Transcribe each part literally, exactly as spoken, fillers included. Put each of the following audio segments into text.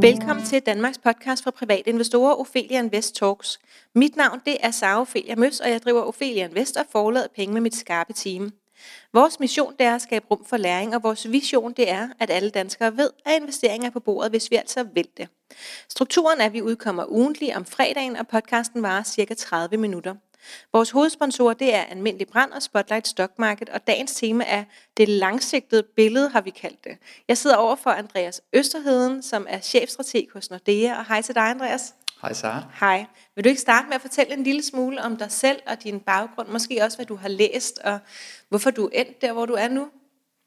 Velkommen til Danmarks podcast for private investorer, Ophelia Invest Talks. Mit navn det er Sara Ophelia Møs, og jeg driver Ophelia Invest og forlader penge med mit skarpe team. Vores mission det er at skabe rum for læring, og vores vision det er, at alle danskere ved, at investeringer er på bordet, hvis vi altså vil det. Strukturen er, at vi udkommer ugentlig om fredagen, og podcasten varer cirka tredive minutter. Vores hovedsponsor det er Almindelig Brand og Spotlight Stock Market, og dagens tema er det langsigtede billede, har vi kaldt det. Jeg sidder over for Andreas Østerheden, som er chefstrateg hos Nordea, og hej til dig, Andreas. Hej Sara. Hej. Vil du ikke starte med at fortælle en lille smule om dig selv og din baggrund, måske også hvad du har læst, og hvorfor du er endt der, hvor du er nu?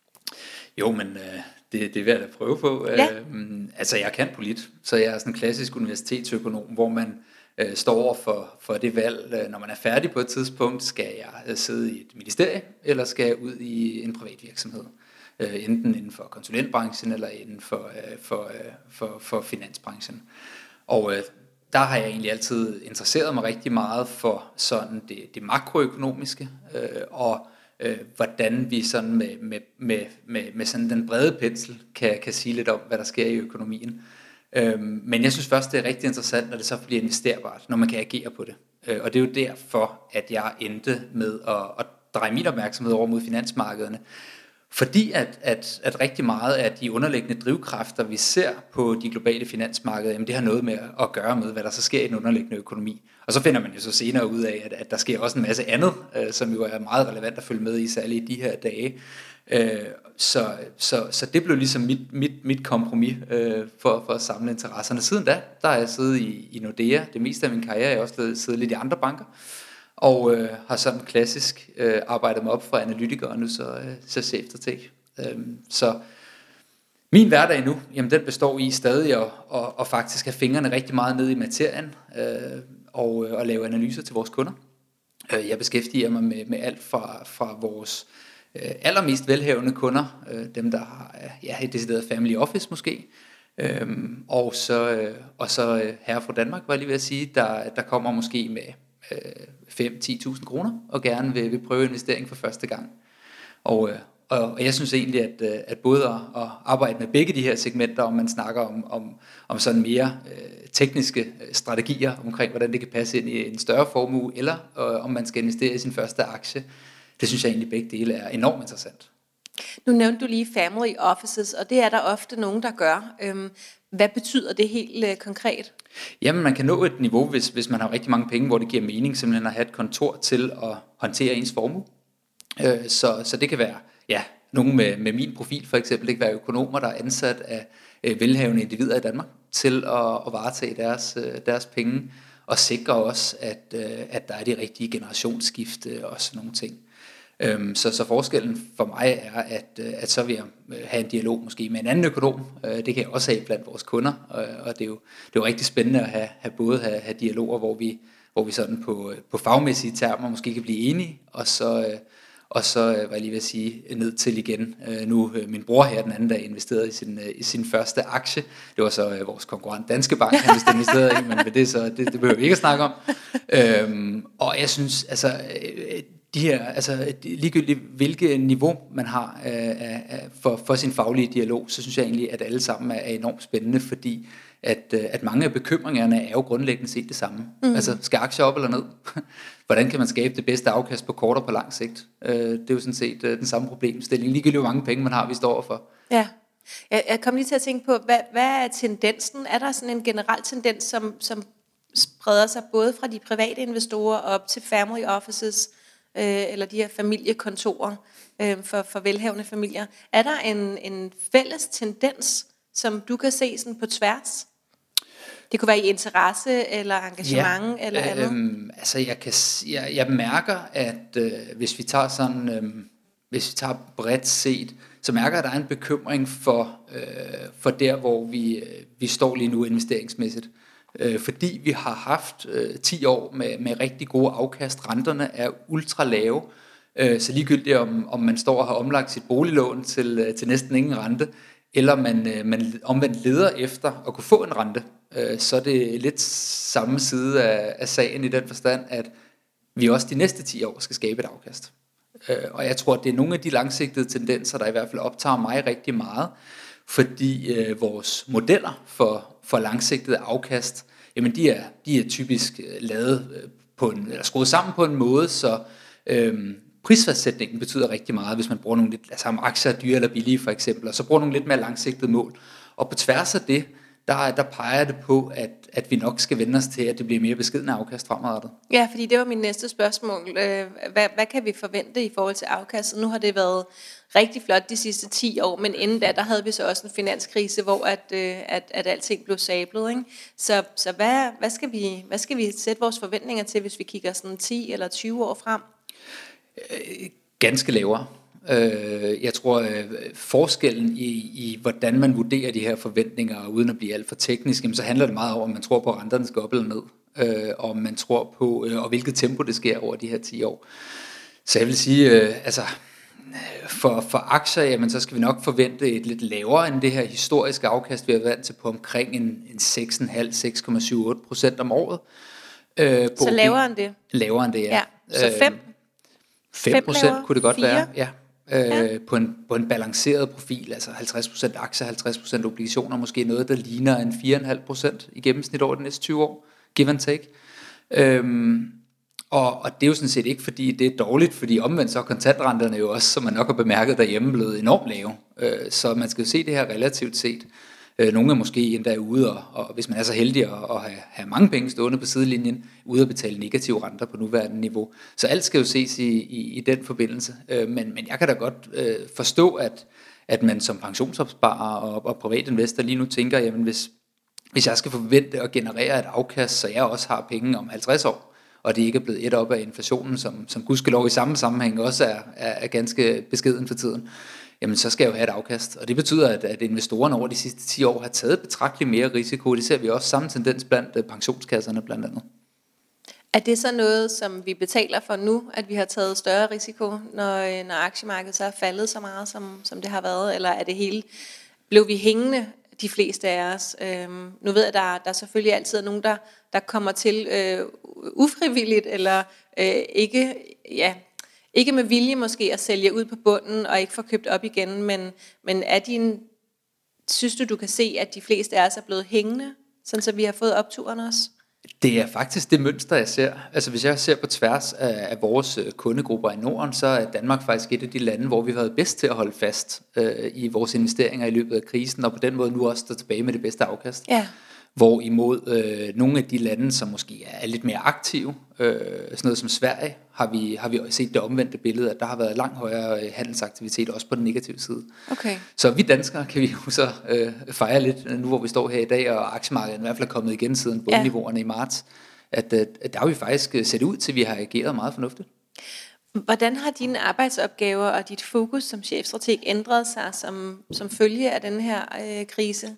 Jo, men øh, det, det er værd at prøve på. Ja. Øh, altså jeg kan polit, så jeg er sådan en klassisk universitetsøkonom, hvor man øh, står over for, for det valg, øh, når man er færdig på et tidspunkt, skal jeg øh, sidde i et ministerie, eller skal jeg ud i en privat virksomhed? Øh, enten inden for konsulentbranchen, eller inden for, øh, for, øh, for, for finansbranchen. Og øh, der har jeg egentlig altid interesseret mig rigtig meget for sådan det, det makroøkonomiske, øh, og øh, hvordan vi sådan med, med, med, med, med sådan den brede pensel kan, kan sige lidt om, hvad der sker i økonomien. Øh, men jeg synes først, det er rigtig interessant, når det så bliver investerbart, når man kan agere på det. Øh, og det er jo derfor, at jeg endte med at, at dreje min opmærksomhed over mod finansmarkederne. Fordi at, at, at rigtig meget af de underliggende drivkræfter, vi ser på de globale finansmarkeder, jamen det har noget med at gøre med, hvad der så sker i den underliggende økonomi. Og så finder man jo så senere ud af, at, at der sker også en masse andet, øh, som jo er meget relevant at følge med i, særligt i de her dage. Øh, så, så, så det blev ligesom mit, mit, mit kompromis øh, for, for at samle interesserne. Siden da, der har jeg siddet i, i Nordea. Det meste af min karriere jeg har også siddet lidt i andre banker. Og øh, har sådan klassisk øh, arbejdet mig op fra analytiker og nu så, øh, så chefstrateg. Øhm, så min hverdag nu, jamen den består i stadig at, at, at faktisk have fingrene rigtig meget ned i materien øh, og øh, at lave analyser til vores kunder. Øh, jeg beskæftiger mig med, med alt fra, fra vores øh, allermest velhavende kunder, øh, dem der har ja, et decideret family office måske, øhm, og så, øh, og så øh, herre fra Danmark, var jeg lige ved at sige, der, der kommer måske med fem til ti tusind kroner, og gerne vil, vil prøve investering for første gang. Og, og, og jeg synes egentlig, at, at både at, at arbejde med begge de her segmenter, om man snakker om, om, om sådan mere øh, tekniske strategier omkring, hvordan det kan passe ind i en større formue, eller øh, om man skal investere i sin første aktie, det synes jeg egentlig begge dele er enormt interessant. Nu nævnte du lige family offices, og det er der ofte nogen, der gør. Øhm, hvad betyder det helt øh, konkret? Jamen, man kan nå et niveau, hvis, hvis man har rigtig mange penge, hvor det giver mening simpelthen at have et kontor til at håndtere ens formue. Øh, så, så det kan være, ja, nogen med, med min profil for eksempel, det kan være økonomer, der er ansat af øh, velhavende individer i Danmark til at, at varetage deres, øh, deres penge, og sikre også, at, øh, at der er de rigtige generationsskifte og sådan nogle ting. Så, så forskellen for mig er, at, at så vil jeg have en dialog måske med en anden økonom. Det kan jeg også have blandt vores kunder, og det er jo, det er jo rigtig spændende at have, have både have, have dialoger, hvor vi, hvor vi sådan på, på fagmæssige termer måske kan blive enige, og så, og så var jeg lige ved at sige, ned til igen. Nu min bror her den anden dag investerede i sin, i sin første aktie. Det var så vores konkurrent Danske Bank, han investerede i, men det, så, det, det behøver vi ikke at snakke om. Og jeg synes, altså de her, altså ligegyldigt hvilket niveau man har øh, for, for sin faglige dialog, så synes jeg egentlig, at alle sammen er enormt spændende, fordi at, at mange af bekymringerne er jo grundlæggende set det samme. Mm. Altså, skal aktier op eller ned? Hvordan kan man skabe det bedste afkast på kort og på lang sigt? Øh, det er jo sådan set øh, den samme problemstilling. Ligegyldigt hvor mange penge man har, vi står overfor. Ja. Jeg, jeg kom lige til at tænke på, hvad, hvad er tendensen? Er der sådan en generel tendens, som, som spreder sig både fra de private investorer op til family offices, eller de her familiekontorer øh, for, for velhavende familier. Er der en, en fælles tendens, som du kan se sådan på tværs? Det kunne være i interesse eller engagement ja, eller andet. Øhm, altså jeg kan jeg, jeg mærker, at øh, hvis vi tager sådan, øh, hvis vi tager bredt set, så mærker jeg, at der er en bekymring for øh, for der, hvor vi øh, vi står lige nu investeringsmæssigt. Øh, fordi vi har haft øh, ti år med, med rigtig gode afkast. Renterne er ultra lave, øh, så ligegyldigt om, om man står og har omlagt sit boliglån til, øh, til næsten ingen rente, eller man, øh, man omvendt leder efter at kunne få en rente, øh, så er det lidt samme side af, af sagen i den forstand, at vi også de næste ti år skal skabe et afkast. Øh, og jeg tror, at det er nogle af de langsigtede tendenser, der i hvert fald optager mig rigtig meget, fordi øh, vores modeller for for langsigtet afkast, jamen de er, de er typisk lavet på en, eller skruet sammen på en måde, så øhm, prisfastsætningen betyder rigtig meget, hvis man bruger nogle lidt, altså om aktier er dyre eller billige for eksempel, og så bruger nogle lidt mere langsigtede mål. Og på tværs af det, der, der peger det på, at, at vi nok skal vende os til, at det bliver mere beskedne afkast fremadrettet. Ja, fordi det var min næste spørgsmål. Hvad, hvad kan vi forvente i forhold til afkastet? Nu har det været rigtig flot de sidste ti år, men inden da, der havde vi så også en finanskrise, hvor at, at, at alting blev sablet, ikke? Så, så hvad, hvad, skal vi, hvad skal vi sætte vores forventninger til, hvis vi kigger sådan ti eller tyve år frem? Ganske lavere. Jeg tror, forskellen i, i, hvordan man vurderer de her forventninger, uden at blive alt for teknisk, så handler det meget om, om man tror på, at renterne skal op eller ned, og om man tror på, og hvilket tempo det sker over de her ti år. Så jeg vil sige, altså, for, for aktier, jamen, så skal vi nok forvente et lidt lavere end det her historiske afkast, vi har været til på omkring en, en seks komma fem til seks komma syv otte procent om året. Så lavere end det? Lavere end det, ja. ja. Så fem? fem procent kunne det godt fire? være, ja. Ja. Øh, på, en, på en balanceret profil, altså halvtreds procent aktier, halvtreds procent obligationer, måske noget, der ligner en fire komma fem procent i gennemsnit over de næste tyve år, give and take. Øhm, og, og det er jo sådan set ikke, fordi det er dårligt, fordi omvendt så er kontantrenterne jo også, som man nok har bemærket derhjemme, blevet enormt lave. Øh, så man skal jo se det her relativt set. Øh, nogle er måske endda ude, og, og hvis man er så heldig at, at have, have mange penge stående på sidelinjen, ude at betale negative renter på nuværende niveau. Så alt skal jo ses i, i, i den forbindelse. Øh, men, men jeg kan da godt øh, forstå, at, at man som pensionsopsparer og, og privatinvestor lige nu tænker, jamen hvis, hvis jeg skal forvente at generere et afkast, så jeg også har penge om halvtreds år, og det ikke er blevet et op af inflationen, som, som gudskelov i samme sammenhæng også er, er, er ganske beskeden for tiden, jamen så skal jeg jo have et afkast. Og det betyder, at, at investorerne over de sidste ti år har taget betragteligt mere risiko. Det ser vi også samme tendens blandt pensionskasserne blandt andet. Er det så noget, som vi betaler for nu, at vi har taget større risiko, når, når aktiemarkedet så er faldet så meget, som, som det har været? Eller er det hele, blev vi hængende, de fleste af os? Øhm, nu ved jeg, at der, der er selvfølgelig altid nogen, der, der kommer til øh, ufrivilligt, eller øh, ikke... ja. Ikke med vilje måske at sælge ud på bunden og ikke få købt op igen, men, men er din, synes du, du kan se, at de fleste af os er blevet hængende, sådan så vi har fået opturen også? Det er faktisk det mønster, jeg ser. Altså hvis jeg ser på tværs af, af vores kundegrupper i Norden, så er Danmark faktisk et af de lande, hvor vi har været bedst til at holde fast øh, i vores investeringer i løbet af krisen, og på den måde nu også står tilbage med det bedste afkast. Ja. Hvorimod øh, nogle af de lande, som måske er lidt mere aktive, øh, sådan noget som Sverige, har vi, har vi set det omvendte billede, at der har været langt højere handelsaktivitet, også på den negative side. Okay. Så vi danskere kan vi jo så øh, fejre lidt, nu hvor vi står her i dag, og aktiemarkedet i hvert fald er kommet igen siden bundniveauerne ja. i marts, at, at der har vi faktisk set ud til, at vi har ageret meget fornuftigt. Hvordan har dine arbejdsopgaver og dit fokus som chefstrateg ændret sig som, som følge af den her øh, krise?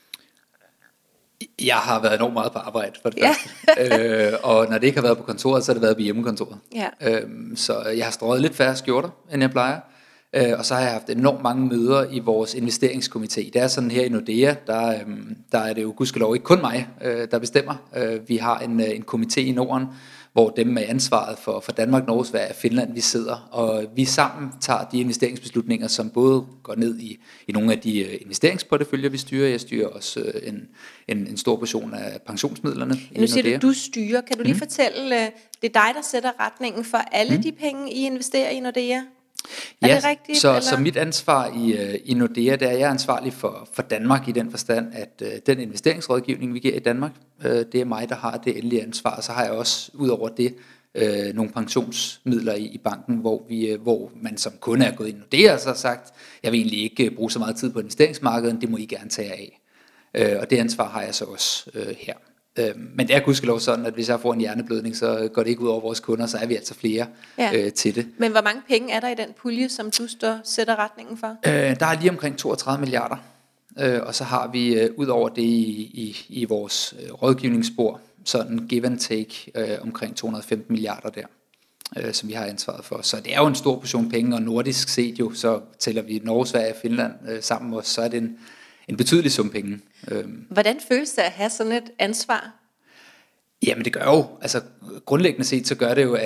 Jeg har været enormt meget på arbejde for det ja. første, øh, og når det ikke har været på kontoret, så har det været på hjemmekontoret. Ja. Øhm, så jeg har strøget lidt færre skjorter, end jeg plejer, øh, og så har jeg haft enormt mange møder i vores investeringskomité. Det er sådan her i Nordea, der, øhm, der er det jo gudskelov ikke kun mig, øh, der bestemmer. Øh, vi har en, en komité i Norden, hvor dem med ansvaret for, for Danmark, Norge, Sverige og Finland, vi sidder, og vi sammen tager de investeringsbeslutninger, som både går ned i, i nogle af de investeringsporteføljer, vi styrer. Jeg styrer også en, en, en stor portion af pensionsmidlerne. Nu siger du, du styrer. Kan du lige mm. fortælle, det er dig, der sætter retningen for alle mm. de penge, I investerer i Nordea? Er ja, det rigtigt, så, så mit ansvar i, i Nordea, det er, jeg er ansvarlig for, for Danmark i den forstand, at uh, den investeringsrådgivning, vi giver i Danmark, uh, det er mig, der har det endelige ansvar. Og så har jeg også, ud over det, uh, nogle pensionsmidler i, i banken, hvor, vi, uh, hvor man som kunde er gået i Nordea og så har sagt, jeg vil egentlig ikke bruge så meget tid på investeringsmarkedet, det må I gerne tage af. Uh, og det ansvar har jeg så også uh, her. Men det er gudskelov sådan, at hvis jeg får en hjerneblødning, så går det ikke ud over vores kunder, så er vi altså flere ja. øh, til det. Men hvor mange penge er der i den pulje, som du står, sætter retningen for? Øh, der er lige omkring toogtredive milliarder, øh, og så har vi øh, ud over det i, i, i vores øh, rådgivningsspor, sådan give and take øh, omkring to hundrede og femten milliarder der, øh, som vi har ansvaret for. Så det er jo en stor portion penge, og nordisk set jo, så tæller vi Norge, Sverige og Finland øh, sammen, og så er det en En betydelig sum penge. Hvordan føles det at have sådan et ansvar? Jamen det gør jo, altså grundlæggende set, så gør det jo, at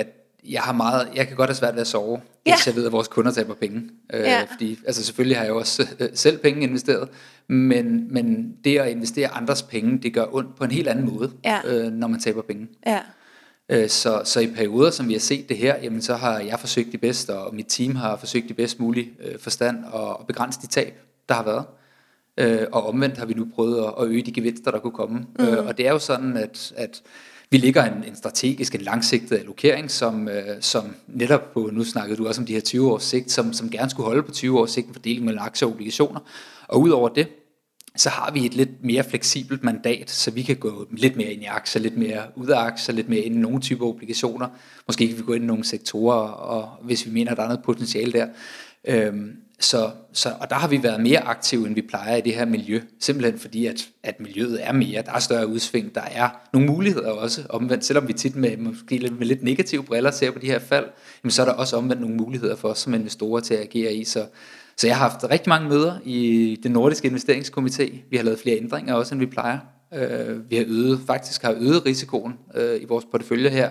jeg har meget, jeg kan godt have svært ved at sove, Ja. hvis jeg ved, at vores kunder taber penge. Øh, Ja. Fordi, altså selvfølgelig har jeg jo også øh, selv penge investeret, men, men det at investere andres penge, det gør ondt på en helt anden måde, Ja. øh, når man taber penge. Ja. Øh, Så, så i perioder, som vi har set det her, jamen så har jeg forsøgt det bedst, og mit team har forsøgt det bedst mulige øh, forstand at, at begrænse de tab, der har været. Øh, og omvendt har vi nu prøvet at, at øge de gevinster, der kunne komme. Mm. Øh, og det er jo sådan, at, at vi ligger en, en strategisk, en langsigtet allokering, som, øh, som netop på, nu snakkede du også om de her tyve års sigt, som, som gerne skulle holde på tyve års sigt, en fordeling mellem aktier og obligationer. Og udover det, så har vi et lidt mere fleksibelt mandat, så vi kan gå lidt mere ind i aktier, lidt mere ud af aktier, lidt mere ind i nogle typer obligationer. Måske kan vi gå ind i nogle sektorer, og hvis vi mener, at der er noget potentiale der. Øhm, så, så, og der har vi været mere aktive, end vi plejer i det her miljø. Simpelthen fordi, at, at miljøet er mere, der er større udsving, der er nogle muligheder også omvendt. Selvom vi tit med, måske lidt, med lidt negative briller ser på de her fald, jamen, så er der også omvendt nogle muligheder for os som investorer til at agere i. Så Så jeg har haft rigtig mange møder i den nordiske investeringskomité. Vi har lavet flere ændringer også, end vi plejer. Uh, vi har øget, faktisk har øget risikoen uh, i vores portefølje her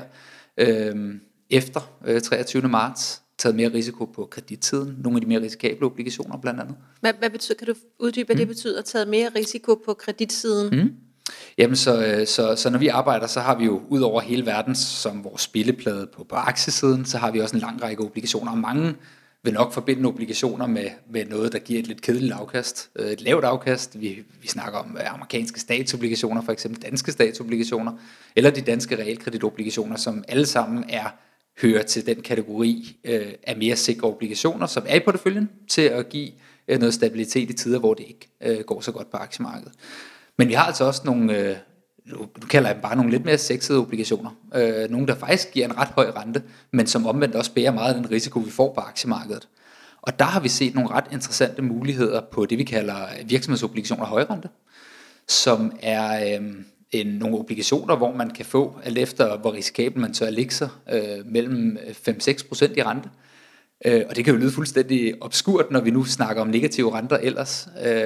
uh, efter uh, treogtyvende marts. Taget mere risiko på kredittiden. Nogle af de mere risikable obligationer blandt andet. Hvad, hvad betyder, kan du uddybe, hvad mm. det betyder at tage mere risiko på kreditsiden? Mm. Jamen så, så, så når vi arbejder, så har vi jo ud over hele verden som vores spilleplade på, på aktiesiden, så har vi også en lang række obligationer, og mange vil nok forbinde obligationer med, med noget, der giver et lidt kedeligt afkast, et lavt afkast. Vi, vi snakker om amerikanske statsobligationer, for eksempel danske statsobligationer, eller de danske realkreditobligationer, som alle sammen er hører til den kategori øh, af mere sikre obligationer, som er i porteføljen til at give øh, noget stabilitet i tider, hvor det ikke øh, går så godt på aktiemarkedet. Men vi har altså også nogle, øh, nu kalder jeg dem bare nogle lidt mere sexede obligationer. Øh, nogle, der faktisk giver en ret høj rente, men som omvendt også bærer meget af den risiko, vi får på aktiemarkedet. Og der har vi set nogle ret interessante muligheder på det, vi kalder virksomhedsobligationer højrente, som er øh, en, nogle obligationer, hvor man kan få, alt efter hvor risikabel man tør at ligge sig, øh, mellem fem til seks procent i rente. Øh, og det kan jo lyde fuldstændig obskurt, når vi nu snakker om negative renter ellers. Øh,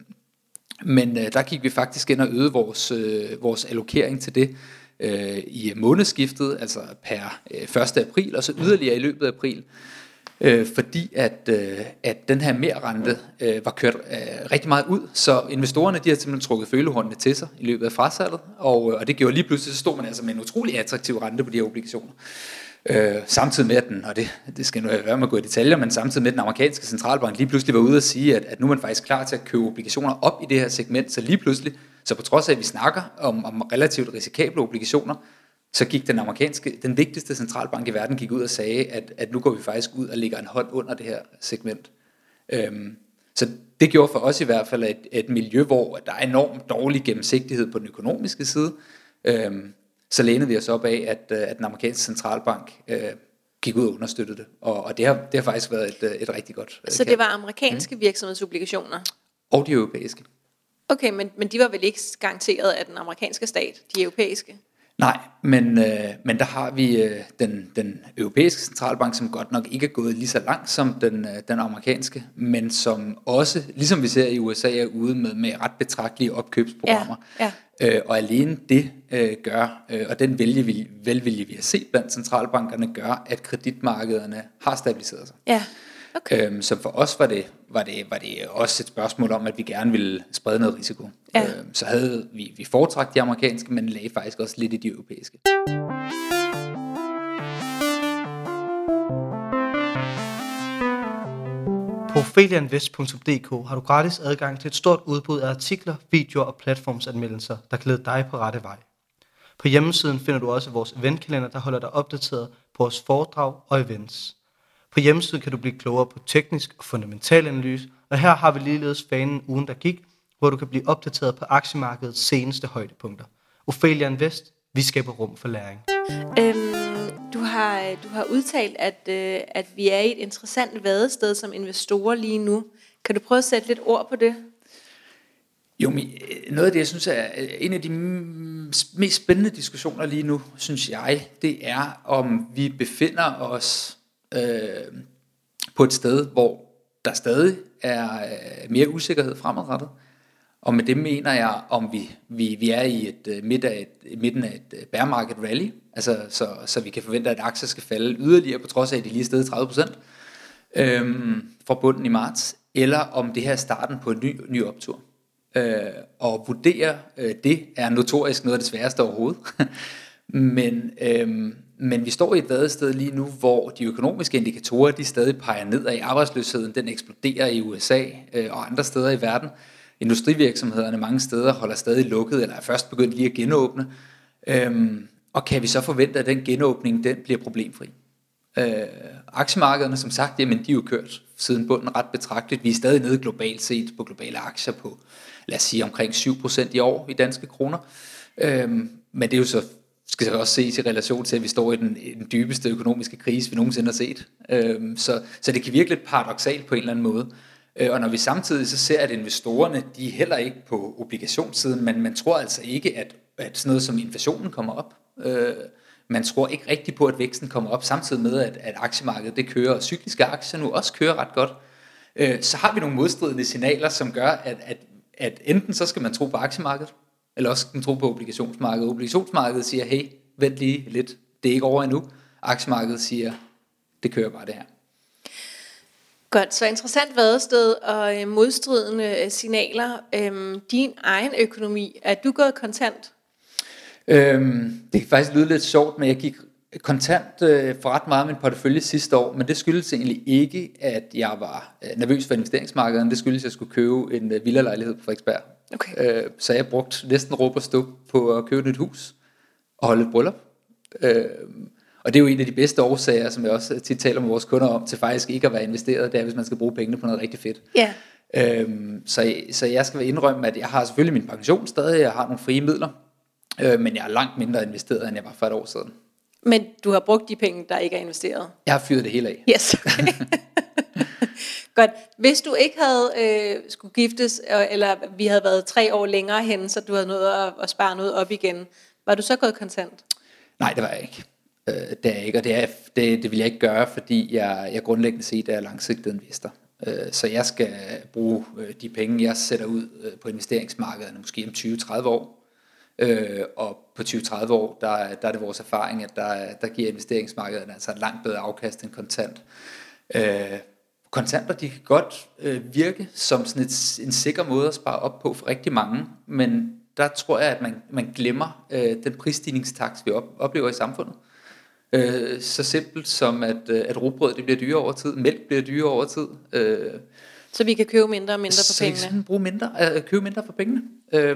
Men øh, der gik vi faktisk ind og øgede vores, øh, vores allokering til det øh, i månedsskiftet, altså per øh, første april, og så yderligere i løbet af april, øh, fordi at, øh, at den her merrente øh, var kørt øh, rigtig meget ud, så investorerne de har simpelthen trukket følehornene til sig i løbet af frasalget, og, og det gjorde lige pludselig, så stod man altså med en utrolig attraktiv rente på de her obligationer. Øh, samtidig med den, og det, det skal nu være med at gå i detaljer, men samtidig med den amerikanske centralbank lige pludselig var ude at sige, at, at nu er man faktisk klar til at købe obligationer op i det her segment, så lige pludselig, så på trods af at vi snakker om, om relativt risikable obligationer, så gik den amerikanske, den vigtigste centralbank i verden gik ud og sagde, at, at nu går vi faktisk ud og lægger en hånd under det her segment. Øhm, så det gjorde for os i hvert fald et, et miljø, hvor der er enormt dårlig gennemsigtighed på den økonomiske side. Øhm, så lænede vi os op af, at, at den amerikanske centralbank øh, gik ud og understøttede det. Og, og det, har, det har faktisk været et, et rigtig godt øh, Så det var amerikanske mm. virksomhedsobligationer? Og de europæiske. Okay, men, men de var vel ikke garanteret af den amerikanske stat, de europæiske? Nej, men, øh, men der har vi øh, den, den europæiske centralbank, som godt nok ikke er gået lige så langt som den, øh, den amerikanske, men som også, ligesom vi ser i U S A, er ude med, med ret betragtelige opkøbsprogrammer. Ja, ja. Øh, og alene det øh, gør, øh, og den velvilje, velvilje vi har set blandt centralbankerne, gør, at kreditmarkederne har stabiliseret sig. Ja. Okay. Øhm, så for os var det, var, det, var det også et spørgsmål om, at vi gerne ville sprede noget risiko. Ja. Øhm, så havde vi, vi foretrak de amerikanske, men lagde faktisk også lidt i de europæiske. På opheliainvest punktum d k har du gratis adgang til et stort udbud af artikler, videoer og platformsanmeldelser, der kan lede dig på rette vej. På hjemmesiden finder du også vores eventkalender, der holder dig opdateret på vores foredrag og events. På hjemmesiden kan du blive klogere på teknisk og fundamental analyse, og her har vi ligeledes fanen ugen, der gik, hvor du kan blive opdateret på aktiemarkedets seneste højdepunkter. Ophelia Invest, vi skaber rum for læring. Øhm, du, har, du har udtalt, at, øh, at vi er i et interessant vadested som investorer lige nu. Kan du prøve at sætte lidt ord på det? Jo, men noget af det, jeg synes er en af de mest spændende diskussioner lige nu, synes jeg, det er, om vi befinder os øh, på et sted, hvor der stadig er mere usikkerhed fremadrettet, Og med det mener jeg, om vi, vi, vi er i et, uh, midt af et, midten af et uh, bear market rally, altså, så, så vi kan forvente, at aktier skal falde yderligere, på trods af, at de lige er steget tredive procent øhm, fra bunden i marts, eller om det her er starten på en ny, ny optur. Øh, og vurdere øh, det er notorisk noget af det sværeste overhovedet. men, øhm, men vi står i et vadested lige nu, hvor de økonomiske indikatorer, de stadig peger nedad i arbejdsløsheden, den eksploderer i U S A øh, og andre steder i verden. Industrivirksomhederne mange steder holder stadig lukket, eller er først begyndt lige at genåbne. Øhm, og kan vi så forvente, at den genåbning, den bliver problemfri? Øh, aktiemarkederne, som sagt, jamen, de er jo kørt siden bunden ret betragteligt. Vi er stadig nede globalt set på globale aktier på, lad os sige, omkring syv procent i år i danske kroner. Øhm, men det er jo så, skal så også ses i relation til, at vi står i den, i den dybeste økonomiske krise, vi nogensinde har set. Øhm, så, så det kan virke lidt paradoksalt på en eller anden måde. Øh, og når vi samtidig så ser, at investorerne, de er heller ikke på obligationssiden, men man tror altså ikke, at, at sådan noget som inflationen kommer op. Øh, Man tror ikke rigtigt på, at væksten kommer op, samtidig med, at, at aktiemarkedet det kører, og cykliske aktier nu også kører ret godt. Øh, så har vi nogle modstridende signaler, som gør, at, at, at enten så skal man tro på aktiemarkedet, eller også skal man tro på obligationsmarkedet. Obligationsmarkedet siger, hey, vent lige lidt, det er ikke over endnu. Aktiemarkedet siger, det kører bare det her. Godt, så interessant vadested og øh, modstridende signaler. Øhm, din egen økonomi, er du gået kontant? Øhm, det kan faktisk lyde lidt sjovt, men jeg gik kontant øh, for ret meget af min portefølje sidste år, men det skyldes egentlig ikke, at jeg var øh, nervøs for investeringsmarkedet. Det skyldes, at jeg skulle købe en øh, villalejlighed på Frederiksberg. Okay. Øh, så jeg brugte næsten råb og stå på at købe et nyt hus og holde et bryllup. Øh, og det er jo en af de bedste årsager, som jeg også tit taler med vores kunder om, til faktisk ikke at være investeret, det er, hvis man skal bruge pengene på noget rigtig fedt. Ja. Øhm, så, så jeg skal indrømme, at jeg har selvfølgelig min pension stadig, jeg har nogle frie midler, øh, men jeg er langt mindre investeret, end jeg var for et år siden. Men du har brugt de penge, der ikke er investeret? Jeg har fyret det hele af. Yes, okay. Godt. Hvis du ikke havde øh, skulle giftes, øh, eller vi havde været tre år længere hen, så du havde nået at, at spare noget op igen, var du så gået kontant? Nej, det var jeg ikke. Øh, det er jeg ikke, og det, er, det, det vil jeg ikke gøre, fordi jeg, jeg grundlæggende set er langsigtet investor. Øh, så jeg skal bruge øh, de penge, jeg sætter ud øh, på investeringsmarkederne, måske om tyve til tredive år. Øh, og på tyve til tredive år, der, der er det vores erfaring, at der, der giver investeringsmarkederne altså et langt bedre afkast end kontant. Øh, kontanter, de kan godt øh, virke som sådan et, en sikker måde at spare op på for rigtig mange, men der tror jeg, at man, man glemmer øh, den prisstigningstakt, vi op, oplever i samfundet. Øh, så simpelt som, at, at rugbrød det bliver dyrere over tid, mælk bliver dyrere over tid. Øh, så vi kan købe mindre og mindre for så pengene? Så kan bruge mindre, øh, købe mindre for pengene. Øh,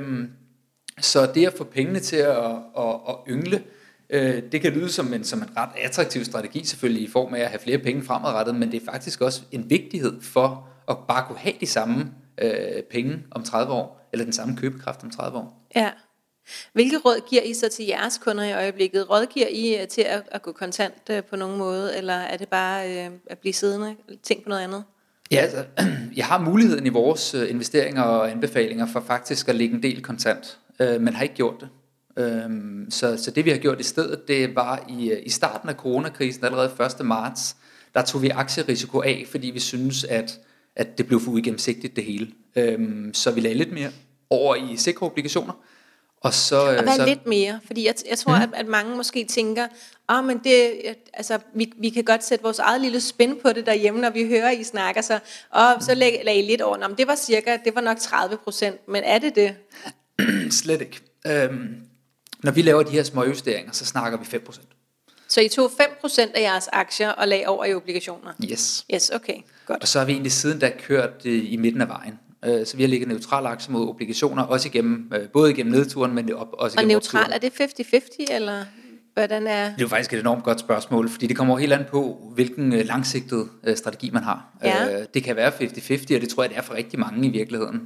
Så det at få pengene til at, at, at yngle, øh, det kan lyde som en, som en ret attraktiv strategi selvfølgelig i form af at have flere penge fremadrettet, men det er faktisk også en vigtighed for at bare kunne have de samme øh, penge om tredive år, eller den samme købekraft om tredive år. Ja. Hvilke råd giver I så til jeres kunder i øjeblikket? Rådgiver I til at, at gå kontant øh, på nogen måde, eller er det bare øh, at blive siddende, tænk på noget andet? Ja, altså, jeg har muligheden i vores investeringer og anbefalinger for faktisk at lægge en del kontant, øh, men har ikke gjort det. Øhm, så, så det vi har gjort i stedet, det var i, i starten af coronakrisen, allerede første marts, der tog vi aktierisiko af, fordi vi synes, at, at det blev for uigennemsigtigt det hele. Øhm, så vi lagde lidt mere over i sikre obligationer. Og, så, og hvad så, lidt mere? Fordi jeg, jeg tror, mm. at, at mange måske tænker, oh, men det, altså, vi, vi kan godt sætte vores eget lille spin på det derhjemme, når vi hører, I snakker, så, og så lag, lag I lidt over. Nå, men det var cirka, det var nok tredive procent, men er det det? Slet ikke. Øhm, når vi laver de her små justeringer, så snakker vi fem procent. Så I tog fem procent af jeres aktier og lag over i obligationer? Yes. Yes, okay, godt. Og så har vi egentlig siden da kørt i midten af vejen. Så vi har ligget neutrale aktier mod obligationer, også igennem, både igennem nedturen, men også igennem og neutral, opturen. Er det halvtreds halvtreds, eller hvordan er? Det er jo faktisk et enormt godt spørgsmål, fordi det kommer helt an på, hvilken langsigtet strategi man har. Ja. Det kan være halvtreds halvtreds, og det tror jeg, det er for rigtig mange i virkeligheden.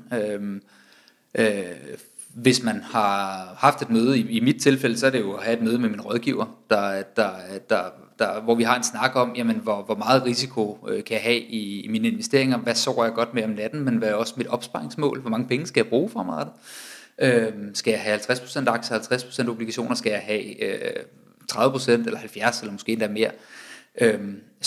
Hvis man har haft et møde, i mit tilfælde, så er det jo at have et møde med min rådgiver, der, der, der, der, hvor vi har en snak om, jamen, hvor, hvor meget risiko øh, kan jeg have i, i mine investeringer, hvad sover jeg godt med om natten, men hvad er også mit opsparingsmål, hvor mange penge skal jeg bruge fremadrettet, øh, skal jeg have halvtreds procent aktier, halvtreds procent obligationer, skal jeg have øh, tredive procent eller halvfjerds eller måske endda mere, øh, så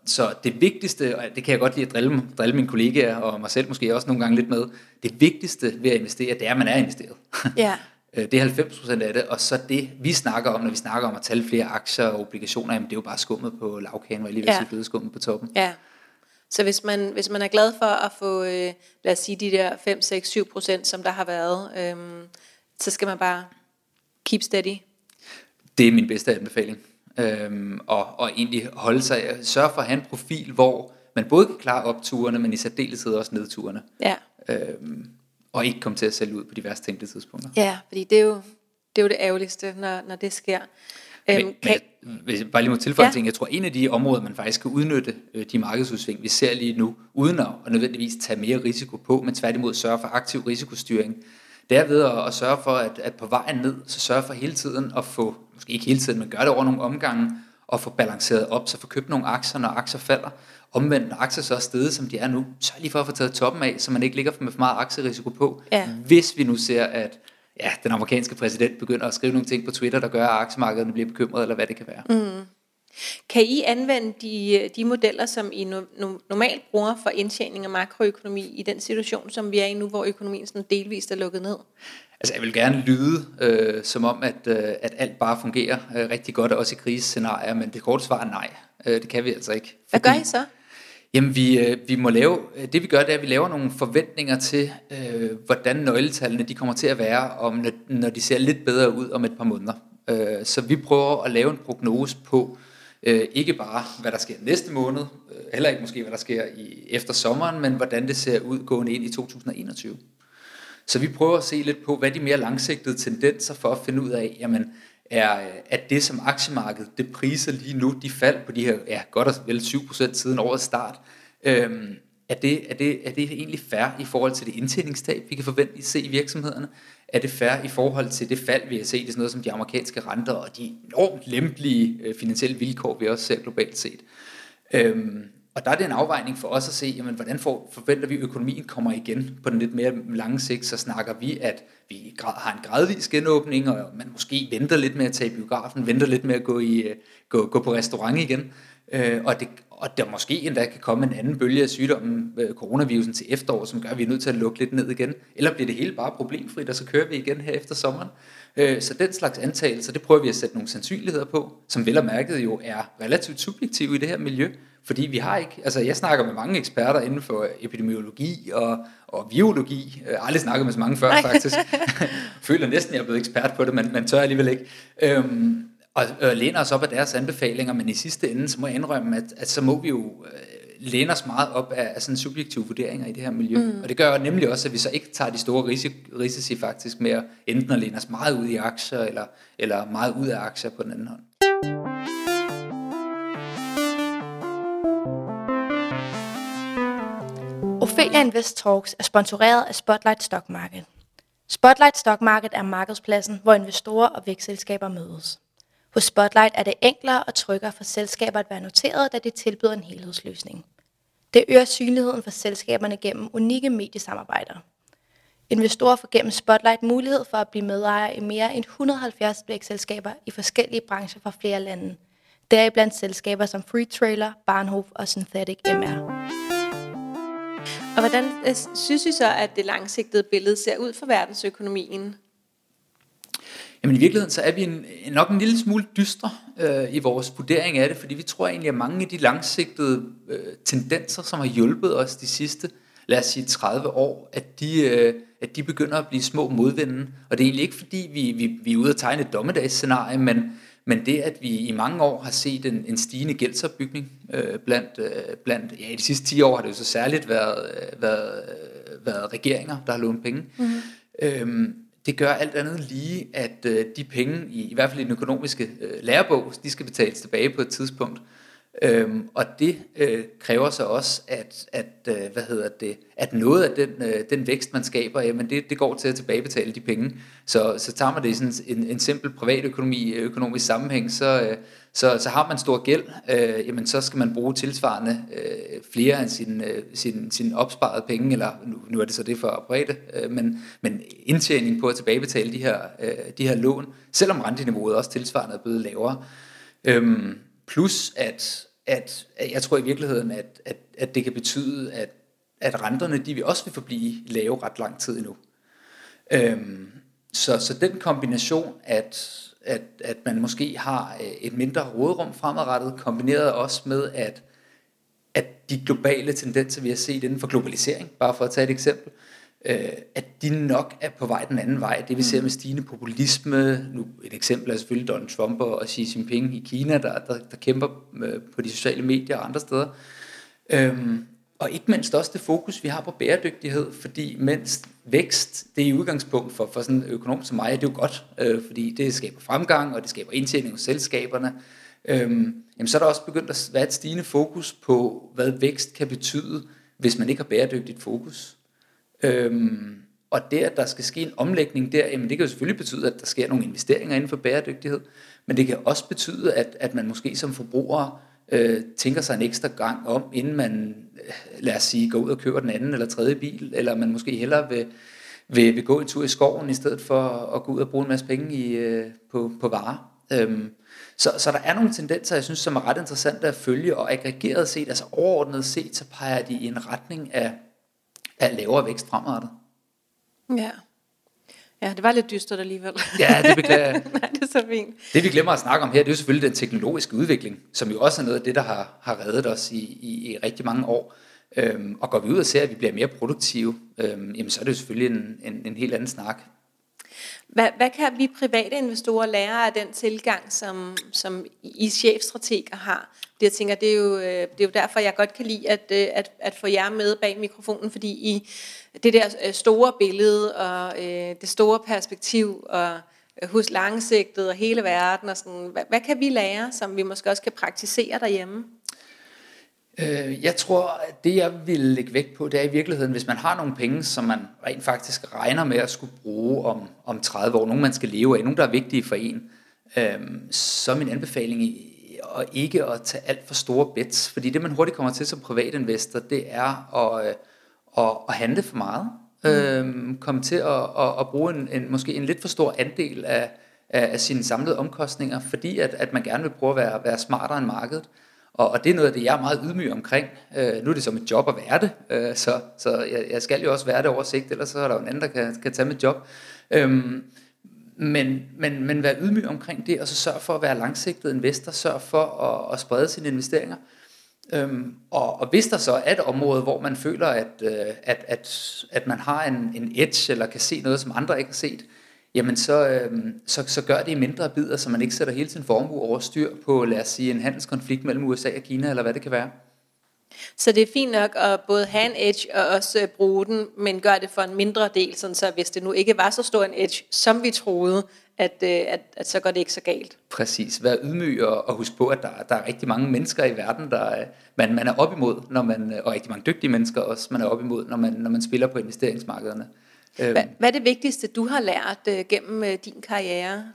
så det vigtigste, og det kan jeg godt lide at drille, drille mine kollegaer og mig selv måske også nogle gange lidt med, det vigtigste ved at investere, det er, at man er investeret. Ja. Det er halvfems procent af det, og så det, vi snakker om, når vi snakker om at tælle flere aktier og obligationer, jamen det er jo bare skummet på lavkagen, hvor jeg lige vil sige flødeskummet på toppen. Ja. Så hvis man, hvis man er glad for at få, øh, lad os sige, de der fem, seks, syv procent, som der har været, øh, så skal man bare keep steady. Det er min bedste anbefaling. Øhm, og, og egentlig holde sig, sørge for at have en profil, hvor man både kan klare opturene, men i særdeleshed også nedturene. Ja. Øhm, og ikke komme til at sælge ud på de værst tænkte tidspunkter. Ja, fordi det er jo det, er jo det ærgerligste, når, når det sker. Men, Øhm, kan... men hvis jeg bare lige må tilføje ja. ting, jeg tror en af de områder, man faktisk kan udnytte øh, de markedsudsving, vi ser lige nu, uden at, at nødvendigvis tage mere risiko på, men tværtimod sørge for aktiv risikostyring, det er ved at, at sørge for, at, at på vejen ned, så sørge for hele tiden at få, måske ikke hele tiden, men gøre det over nogle omgange, og få balanceret op, så få købt nogle aktier, når aktier falder. Omvendt, når aktier så er steget, som de er nu, så lige for at få taget toppen af, så man ikke ligger med for meget aktierisiko på. Ja. Hvis vi nu ser, at ja, den amerikanske præsident begynder at skrive nogle ting på Twitter, der gør, at aktiemarkederne bliver bekymret, eller hvad det kan være. Mm. Kan I anvende de, de modeller, som I no, no, normalt bruger for indtjening af makroøkonomi i den situation, som vi er i nu, hvor økonomien sådan delvist er lukket ned? Altså jeg vil gerne lyde øh, som om, at, øh, at alt bare fungerer øh, rigtig godt, også i krisescenarier, men det korte svar er nej. Øh, det kan vi altså ikke. Hvad gør I så? Jamen vi, øh, vi må lave, det vi gør, det er, at vi laver nogle forventninger til, øh, hvordan nøgletallene de kommer til at være, om, når, når de ser lidt bedre ud om et par måneder. Øh, så vi prøver at lave en prognose på, øh, ikke bare hvad der sker næste måned, øh, heller ikke måske hvad der sker i, efter sommeren, men hvordan det ser ud gående ind i to tusind og enogtyve. Så vi prøver at se lidt på, hvad de mere langsigtede tendenser for at finde ud af, jamen, er, at det som aktiemarkedet, det priser lige nu, de fald på de her, ja, godt og vel syv procent siden årets start, øhm, er, det, er, det, er det egentlig fair i forhold til det indtjeningstab, vi kan forvente at se i virksomhederne? Er det fair i forhold til det fald, vi har set i sådan noget som de amerikanske renter og de enormt lempelige øh, finansielle vilkår, vi også ser globalt set? Øhm, Og der er det en afvejning for os at se, jamen, hvordan for, forventer vi, at økonomien kommer igen på den lidt mere lange sigt. Så snakker vi, at vi har en gradvis genåbning, og man måske venter lidt med at tage i biografen, venter lidt med at gå, i, gå, gå på restaurant igen. Øh, og, det, og der måske endda kan komme en anden bølge af sygdommen, øh, coronavirusen til efterår, som gør, at vi er nødt til at lukke lidt ned igen. Eller bliver det hele bare problemfrit, og så kører vi igen her efter sommeren. Øh, så den slags antagelser, det prøver vi at sætte nogle sandsynligheder på, som vel og mærket jo er relativt subjektive i det her miljø. Fordi vi har ikke, altså jeg snakker med mange eksperter inden for epidemiologi og, og virologi. Jeg har aldrig snakket med så mange før Nej. faktisk. Føler næsten, at jeg er blevet ekspert på det, men man tør alligevel ikke. Øhm, og øh, læner os op af deres anbefalinger, men i sidste ende, så må jeg indrømme, at, at så må vi jo øh, læne os meget op af, af sådan subjektive vurderinger i det her miljø. Mm. Og det gør nemlig også, at vi så ikke tager de store risici, risici faktisk med at enten at læne os meget ud i aktier, eller, eller meget ud af aktier på den anden hånd. Ophelia Invest Talks er sponsoreret af Spotlight Stock Market. Spotlight Stock Market er markedspladsen, hvor investorer og vækstselskaber mødes. Hos Spotlight er det enklere og tryggere for selskaber at være noteret, da det tilbyder en helhedsløsning. Det øger synligheden for selskaberne gennem unikke mediesamarbejder. Investorer får gennem Spotlight mulighed for at blive medejer i mere end et hundrede og halvfjerds vækstselskaber i forskellige brancher fra flere lande. Deriblandt selskaber som Freetrailer, Bahnhof og Synthetic M R. Og hvordan øh, synes I så, at det langsigtede billede ser ud for verdensøkonomien? Jamen i virkeligheden så er vi en, nok en lille smule dystre øh, i vores vurdering af det, fordi vi tror egentlig, at mange af de langsigtede øh, tendenser, som har hjulpet os de sidste, lad os sige tredive år, at de, øh, at de begynder at blive små modvinde. Og det er egentlig ikke fordi, vi, vi, vi er ude at tegne et dommedagsscenarie, men, men det, at vi i mange år har set en, en stigende gældsopbygning øh, blandt, øh, blandt, ja i de sidste ti år har det jo så særligt været, øh, været, øh, været regeringer, der har lånt penge. Mm-hmm. Øhm, Det gør alt andet lige, at øh, de penge, i, i hvert fald i den økonomiske øh, lærebog, de skal betales tilbage på et tidspunkt. Øhm, og det øh, kræver så også, at, at, øh, hvad hedder det, at noget af den, øh, den vækst, man skaber, jamen det, det går til at tilbagebetale de penge. Så, så tager man det i sådan en, en simpel privatøkonomi, økonomisk sammenhæng, så, øh, så, så har man stor gæld, øh, jamen så skal man bruge tilsvarende øh, flere af sine øh, sin, sin opsparede penge, eller nu, nu er det så det for private, øh, men, men indtjening på at tilbagebetale de her, øh, de her lån, selvom renteniveauet også tilsvarende er blevet lavere. Øhm, plus at at, at jeg tror i virkeligheden, at, at, at det kan betyde, at, at renterne de vil også vil forblive lave ret lang tid endnu. Øhm, så, så den kombination, at, at, at man måske har et mindre råderum fremadrettet, kombineret også med, at, at de globale tendenser, vi har set inden for globalisering, bare for at tage et eksempel, øh, at de nok er på vej den anden vej. Det vi ser med stigende populisme, nu et eksempel er selvfølgelig Donald Trump og Xi Jinping i Kina, der, der, der kæmper på de sociale medier og andre steder. Øhm, og ikke mindst også det fokus, vi har på bæredygtighed, fordi mens vækst, det er i udgangspunkt for, for sådan en økonom som mig, det er jo godt, øh, fordi det skaber fremgang, og det skaber indtjening hos selskaberne. Øhm, jamen så er der også begyndt at være et stigende fokus på, hvad vækst kan betyde, hvis man ikke har bæredygtigt fokus. Øhm, og det, at der skal ske en omlægning der, jamen det kan jo selvfølgelig betyde, at der sker nogle investeringer inden for bæredygtighed, men det kan også betyde, at, at man måske som forbruger øh, tænker sig en ekstra gang om, inden man, lad os sige, går ud og køber den anden eller tredje bil, eller man måske hellere vil, vil, vil gå en tur i skoven, i stedet for at gå ud og bruge en masse penge i, øh, på, på varer. Øhm, så, så der er nogle tendenser, jeg synes, som er ret interessante at følge, og aggregeret set, altså overordnet set, så peger de i en retning af, af lavere vækst fremadrettet. Ja. Ja, det var lidt dystert alligevel. Ja, det beklager jeg. Nej, det er så fint. Det vi glemmer at snakke om her, det er jo selvfølgelig den teknologiske udvikling, som jo også er noget af det, der har, har reddet os i, i, i rigtig mange år. Øhm, og går vi ud og ser, at vi bliver mere produktive, øhm, jamen så er det jo selvfølgelig en, en, en helt anden snak. Hvad, hvad kan vi private investorer lære af den tilgang, som, som I chefstrateger har? Det, jeg tænker, det er, jo, det er jo derfor, jeg godt kan lide at, at, at få jer med bag mikrofonen, fordi I det der store billede og øh, det store perspektiv og hos langsigtet og hele verden og sådan, hvad, hvad kan vi lære, som vi måske også kan praktisere derhjemme? Jeg tror, at det jeg vil lægge vægt på, det er i virkeligheden, hvis man har nogle penge, som man rent faktisk regner med at skulle bruge om, om tredive år, nogle man skal leve af, nogle der er vigtige for en, øhm, så er min anbefaling i, at ikke at tage alt for store bets, fordi det man hurtigt kommer til som privatinvestor, det er at, at, at handle for meget, mm. øhm, komme til at, at, at bruge en, en, måske en lidt for stor andel af, af, af sine samlede omkostninger, fordi at, at man gerne vil prøve at være, være smartere end markedet. Og, og det er noget af det, jeg er meget ydmyg omkring. Øh, nu er det som et job at være det, øh, så, så jeg, jeg skal jo også være det over sigt, ellers så er der jo en anden, der kan, kan tage mit job. Øhm, men, men, men være ydmyg omkring det, og så sørge for at være langsigtet investor, sørge for at, at sprede sine investeringer. Øhm, og, og hvis der så er et område, hvor man føler, at, at, at, at man har en, en edge, eller kan se noget, som andre ikke har set, jamen så, øhm, så, så gør det i mindre bidder, så man ikke sætter hele sin formue over styr på, lad os sige, en handelskonflikt mellem U S A og Kina, eller hvad det kan være. Så det er fint nok at både have en edge og også bruge den, men gør det for en mindre del, sådan så hvis det nu ikke var så stor en edge, som vi troede, at, at, at så går det ikke så galt. Præcis. Vær ydmyg og, og husk på, at der, der er rigtig mange mennesker i verden, der man, man er op imod, når man, og rigtig mange dygtige mennesker også, man er op imod, når man, når man spiller på investeringsmarkederne. Hvad, hvad er det vigtigste, du har lært uh, gennem uh, din karriere?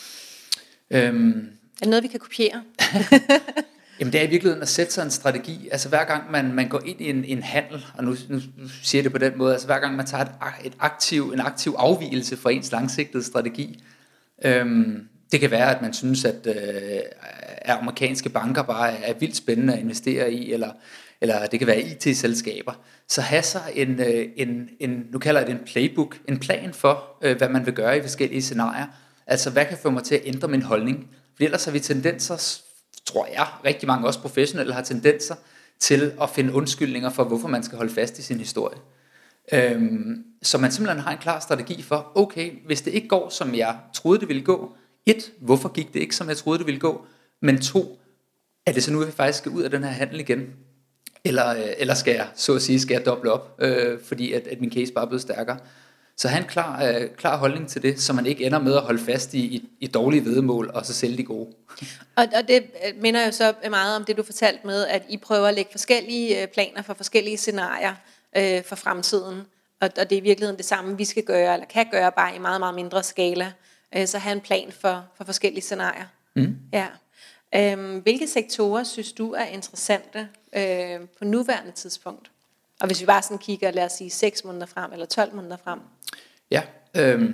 Øhm, er det noget, vi kan kopiere? Jamen det er i virkeligheden at sætte sig en strategi. Altså hver gang man, man går ind i en, en handel, og nu, nu siger jeg det på den måde, altså hver gang man tager et, et aktiv, en aktiv afvigelse fra ens langsigtede strategi. Øhm, det kan være, at man synes, at øh, amerikanske banker bare er, er vildt spændende at investere i, eller eller det kan være I T-selskaber, så have sig en, en, en, nu kalder jeg det en playbook, en plan for, hvad man vil gøre i forskellige scenarier. Altså, hvad kan få mig til at ændre min holdning? For ellers har vi tendenser, tror jeg, rigtig mange også professionelle har tendenser til at finde undskyldninger for, hvorfor man skal holde fast i sin historie. Øhm, så man simpelthen har en klar strategi for, okay, hvis det ikke går, som jeg troede, det ville gå, et, hvorfor gik det ikke, som jeg troede, det ville gå, men to, er det så nu, at jeg faktisk skal ud af den her handel igen? Eller, eller skal jeg, så at sige, skal jeg doble op, øh, fordi at, at min case bare er blevet stærkere. Så have en klar, øh, klar holdning til det, så man ikke ender med at holde fast i, i, i dårlige væddemål, og så sælge de gode. Og, og det minder jo så meget om det, du fortalte med, at I prøver at lægge forskellige planer for forskellige scenarier øh, for fremtiden. Og, og det er i virkeligheden det samme, vi skal gøre, eller kan gøre, bare i meget, meget mindre skala. Øh, så have en plan for, for forskellige scenarier. Mm. Ja. Øhm, hvilke sektorer synes du er interessante øh, på nuværende tidspunkt? Og hvis vi bare sådan kigger, lad os sige, seks måneder frem, eller tolv måneder frem. Ja, øh,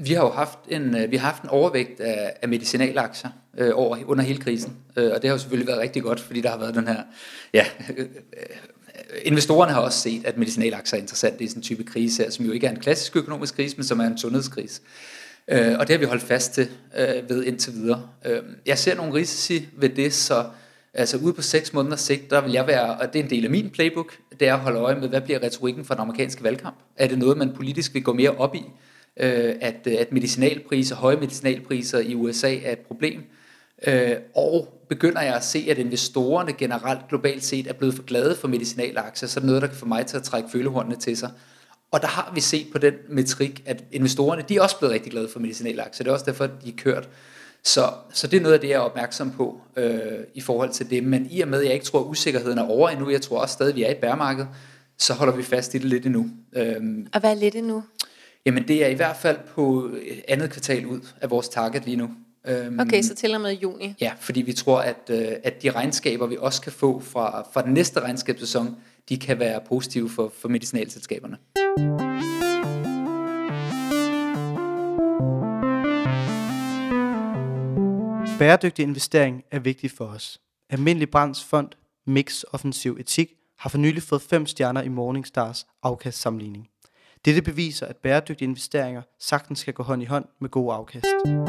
Vi har jo haft en, vi har haft en overvægt af, af medicinalaktier øh, over, under hele krisen, øh, og det har jo selvfølgelig været rigtig godt, fordi der har været den her, ja, øh, investorerne har også set, at medicinalaktier er interessant i sådan en type krise her, som jo ikke er en klassisk økonomisk krise, men som er en sundhedskrise. Øh, og det har vi holdt fast til øh, ved indtil videre. Øh, jeg ser nogle risici ved det, så altså ude på seks måneders sigt, der vil jeg være, og det er en del af min playbook, det er at holde øje med, hvad bliver retorikken for den amerikanske valgkamp? Er det noget, man politisk vil gå mere op i? Øh, at, at medicinalpriser, høje medicinalpriser i U S A er et problem? Øh, og begynder jeg at se, at investorerne generelt globalt set er blevet for glade for medicinalaktier, så er det noget, der kan få mig til at trække følehornene til sig. Og der har vi set på den metrik, at investorerne, de er også blevet rigtig glade for medicinalaktier. Det er også derfor, de er kørt. Så, så det er noget af det, jeg er opmærksom på øh, i forhold til det. Men i og med, at jeg ikke tror, at usikkerheden er over endnu, jeg tror også stadig, at vi er i bærmarkedet, så holder vi fast i det lidt endnu. Øhm, Og hvad er lidt endnu? Jamen det er i hvert fald på andet kvartal ud af vores target lige nu. Øhm, Okay, så til og med juni. Ja, fordi vi tror, at, øh, at de regnskaber, vi også kan få fra, fra den næste regnskabssæson, de kan være positive for, for medicinalselskaberne. Bæredygtig investering er vigtig for os. Almindelig Brands fond Mix Offensiv Etik har for nylig fået fem stjerner i Morningstars afkastsammenligning. Dette beviser, at bæredygtige investeringer sagtens skal gå hånd i hånd med gode afkast.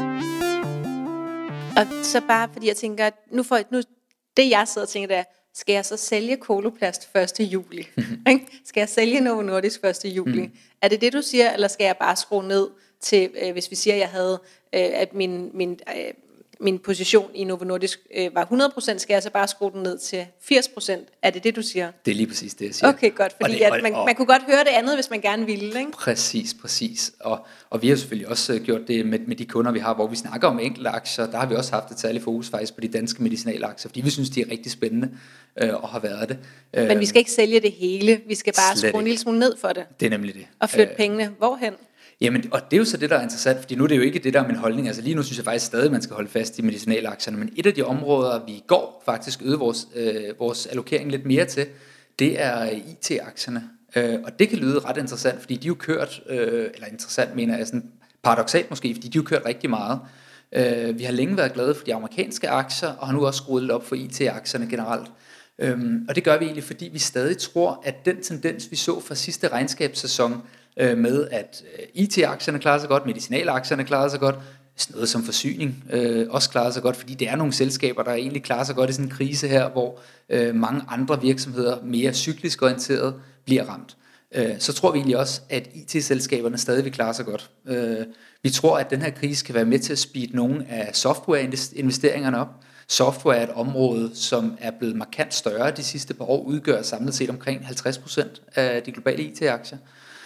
Og så bare fordi jeg tænker, at nu får nu det jeg sidder og tænker, det er, skal jeg så sælge Coloplast første juli? Skal jeg sælge Novo Nordisk første juli? Mm. Er det det, du siger, eller skal jeg bare skrue ned til, øh, hvis vi siger, at jeg havde, øh, at min, min, øh, min position i Novo Nordisk øh, var hundrede procent, skal jeg så bare skrue den ned til firs procent? Er det det, du siger? Det er lige præcis det, jeg siger. Okay, godt, fordi og det, og, at man, og, man kunne godt høre det andet, hvis man gerne ville, ikke? Præcis, præcis. Og, og vi har selvfølgelig også gjort det med, med de kunder, vi har, hvor vi snakker om enkelte aktier. Der har vi også haft et særligt fokus faktisk på de danske medicinalaktier, fordi vi synes, de er rigtig spændende øh, og har været det. Men vi skal ikke sælge det hele, vi skal bare skrue en lille smule ned for det. Det er nemlig det. Og flytte øh, pengene hvorhen? Jamen, og det er jo så det, der er interessant, fordi nu er det jo ikke det, der er min holdning. Altså lige nu synes jeg faktisk stadig, at man skal holde fast i medicinalaktierne, men et af de områder, vi i går faktisk øgede vores, øh, vores allokering lidt mere til, det er I T-aktierne. Øh, og det kan lyde ret interessant, fordi de er jo kørt, øh, eller interessant mener jeg, sådan paradoksalt måske, fordi de er jo kørt rigtig meget. Øh, vi har længe været glade for de amerikanske aktier, og har nu også skruet lidt op for I T-aktierne generelt. Øhm, og det gør vi egentlig, fordi vi stadig tror, at den tendens, vi så fra sidste regnskabssæson, øh, med at øh, I T-aktierne klarer sig godt, medicinalaktierne klarer sig godt, sådan noget som forsyning øh, også klarer sig godt, fordi det er nogle selskaber, der egentlig klarer sig godt i sådan en krise her, hvor øh, mange andre virksomheder, mere cyklisk orienteret, bliver ramt. Øh, så tror vi egentlig også, at I T-selskaberne stadig vil klare sig godt. Øh, vi tror, at den her krise kan være med til at speede nogle af softwareinvesteringerne op. Software er et område, som er blevet markant større de sidste par år, udgør samlet set omkring halvtreds procent af de globale I T-aktier.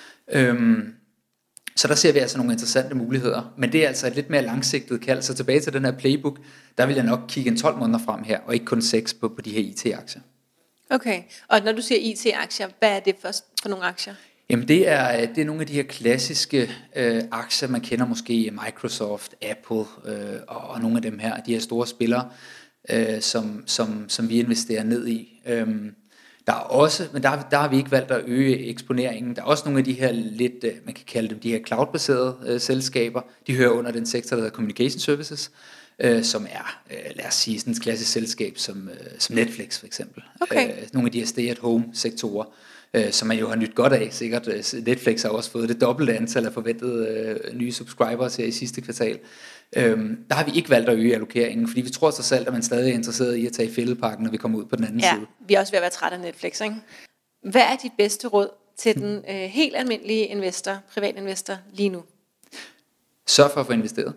Øhm, så der ser vi altså nogle interessante muligheder, men det er altså et lidt mere langsigtet kald, så tilbage til den her playbook, der vil jeg nok kigge en tolv måneder frem her, og ikke kun seks på, på de her I T-aktier. Okay, og når du siger I T-aktier, hvad er det for, for nogle aktier? Jamen det er, det er nogle af de her klassiske øh, aktier, man kender måske Microsoft, Apple øh, og, og nogle af dem her, de her store spillere, øh, som, som, som vi investerer ned i. Øhm, der er også, men der, der har vi ikke valgt at øge eksponeringen. Der er også nogle af de her lidt, øh, man kan kalde dem de her cloud-baserede øh, selskaber. De hører under den sektor, der hedder Communication Services, øh, som er, øh, lad os sige, sådan et klassisk selskab som, øh, som Netflix for eksempel. Okay. Øh, nogle af de her stay-at-home-sektorer, øh, som man jo har nyt godt af. Sikkert Netflix har også fået det dobbelte antal af forventede øh, nye subscribers her i sidste kvartal. Øhm, der har vi ikke valgt at øge allokeringen, fordi vi tror så selv, at man stadig er interesseret i at tage i fældeparken, når vi kommer ud på den anden ja, side. Vi er også ved at være træt af Netflix, ikke? Hvad er dit bedste råd til den øh, helt almindelige investor, privatinvestor lige nu? Sørg for at få investeret.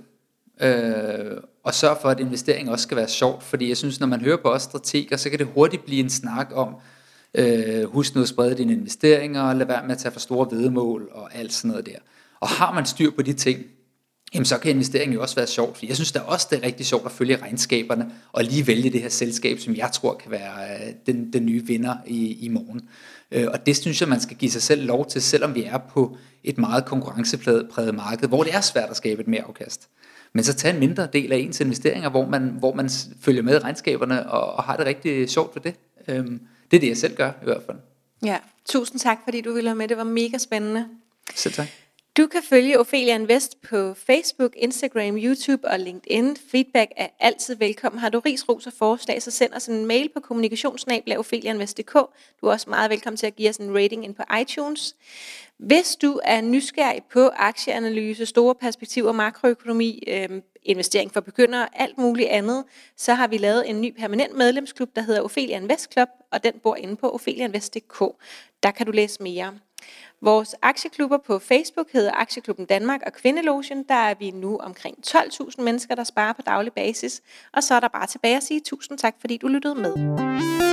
Øh, og sørg for, at investering også skal være sjovt, fordi jeg synes, når man hører på os strateger, så kan det hurtigt blive en snak om, øh, husk nu at sprede dine investeringer, lad være med at tage for store væddemål og alt sådan noget der. Og har man styr på de ting, jamen så kan investeringen jo også være sjovt, for jeg synes da også, det er rigtig sjovt at følge regnskaberne, og lige vælge det her selskab, som jeg tror kan være den, den nye vinder i, i morgen. Og det synes jeg, man skal give sig selv lov til, selvom vi er på et meget konkurrencepræget marked, hvor det er svært at skabe et mere afkast. Men så tag en mindre del af ens investeringer, hvor man, hvor man følger med i regnskaberne, og, og har det rigtig sjovt ved det. Det er det, jeg selv gør i hvert fald. Ja, tusind tak, fordi du ville have med. Det var mega spændende. Selv tak. Du kan følge Ophelia Invest på Facebook, Instagram, YouTube og LinkedIn. Feedback er altid velkommen. Har du ris, ros og forslag, så send os en mail på kommunikationssnabel-a ophelia invest punktum d k. Du er også meget velkommen til at give os en rating ind på iTunes. Hvis du er nysgerrig på aktieanalyse, store perspektiver, makroøkonomi, øh, investering for begyndere og alt muligt andet, så har vi lavet en ny permanent medlemsklub, der hedder Ophelia Invest Club, og den bor inde på ophelia invest punktum d k. Der kan du læse mere. Vores aktieklubber på Facebook hedder Aktieklubben Danmark og Kvindelogen. Der er vi nu omkring tolv tusind mennesker, der sparer på daglig basis. Og så er der bare tilbage at sige tusind tak, fordi du lyttede med.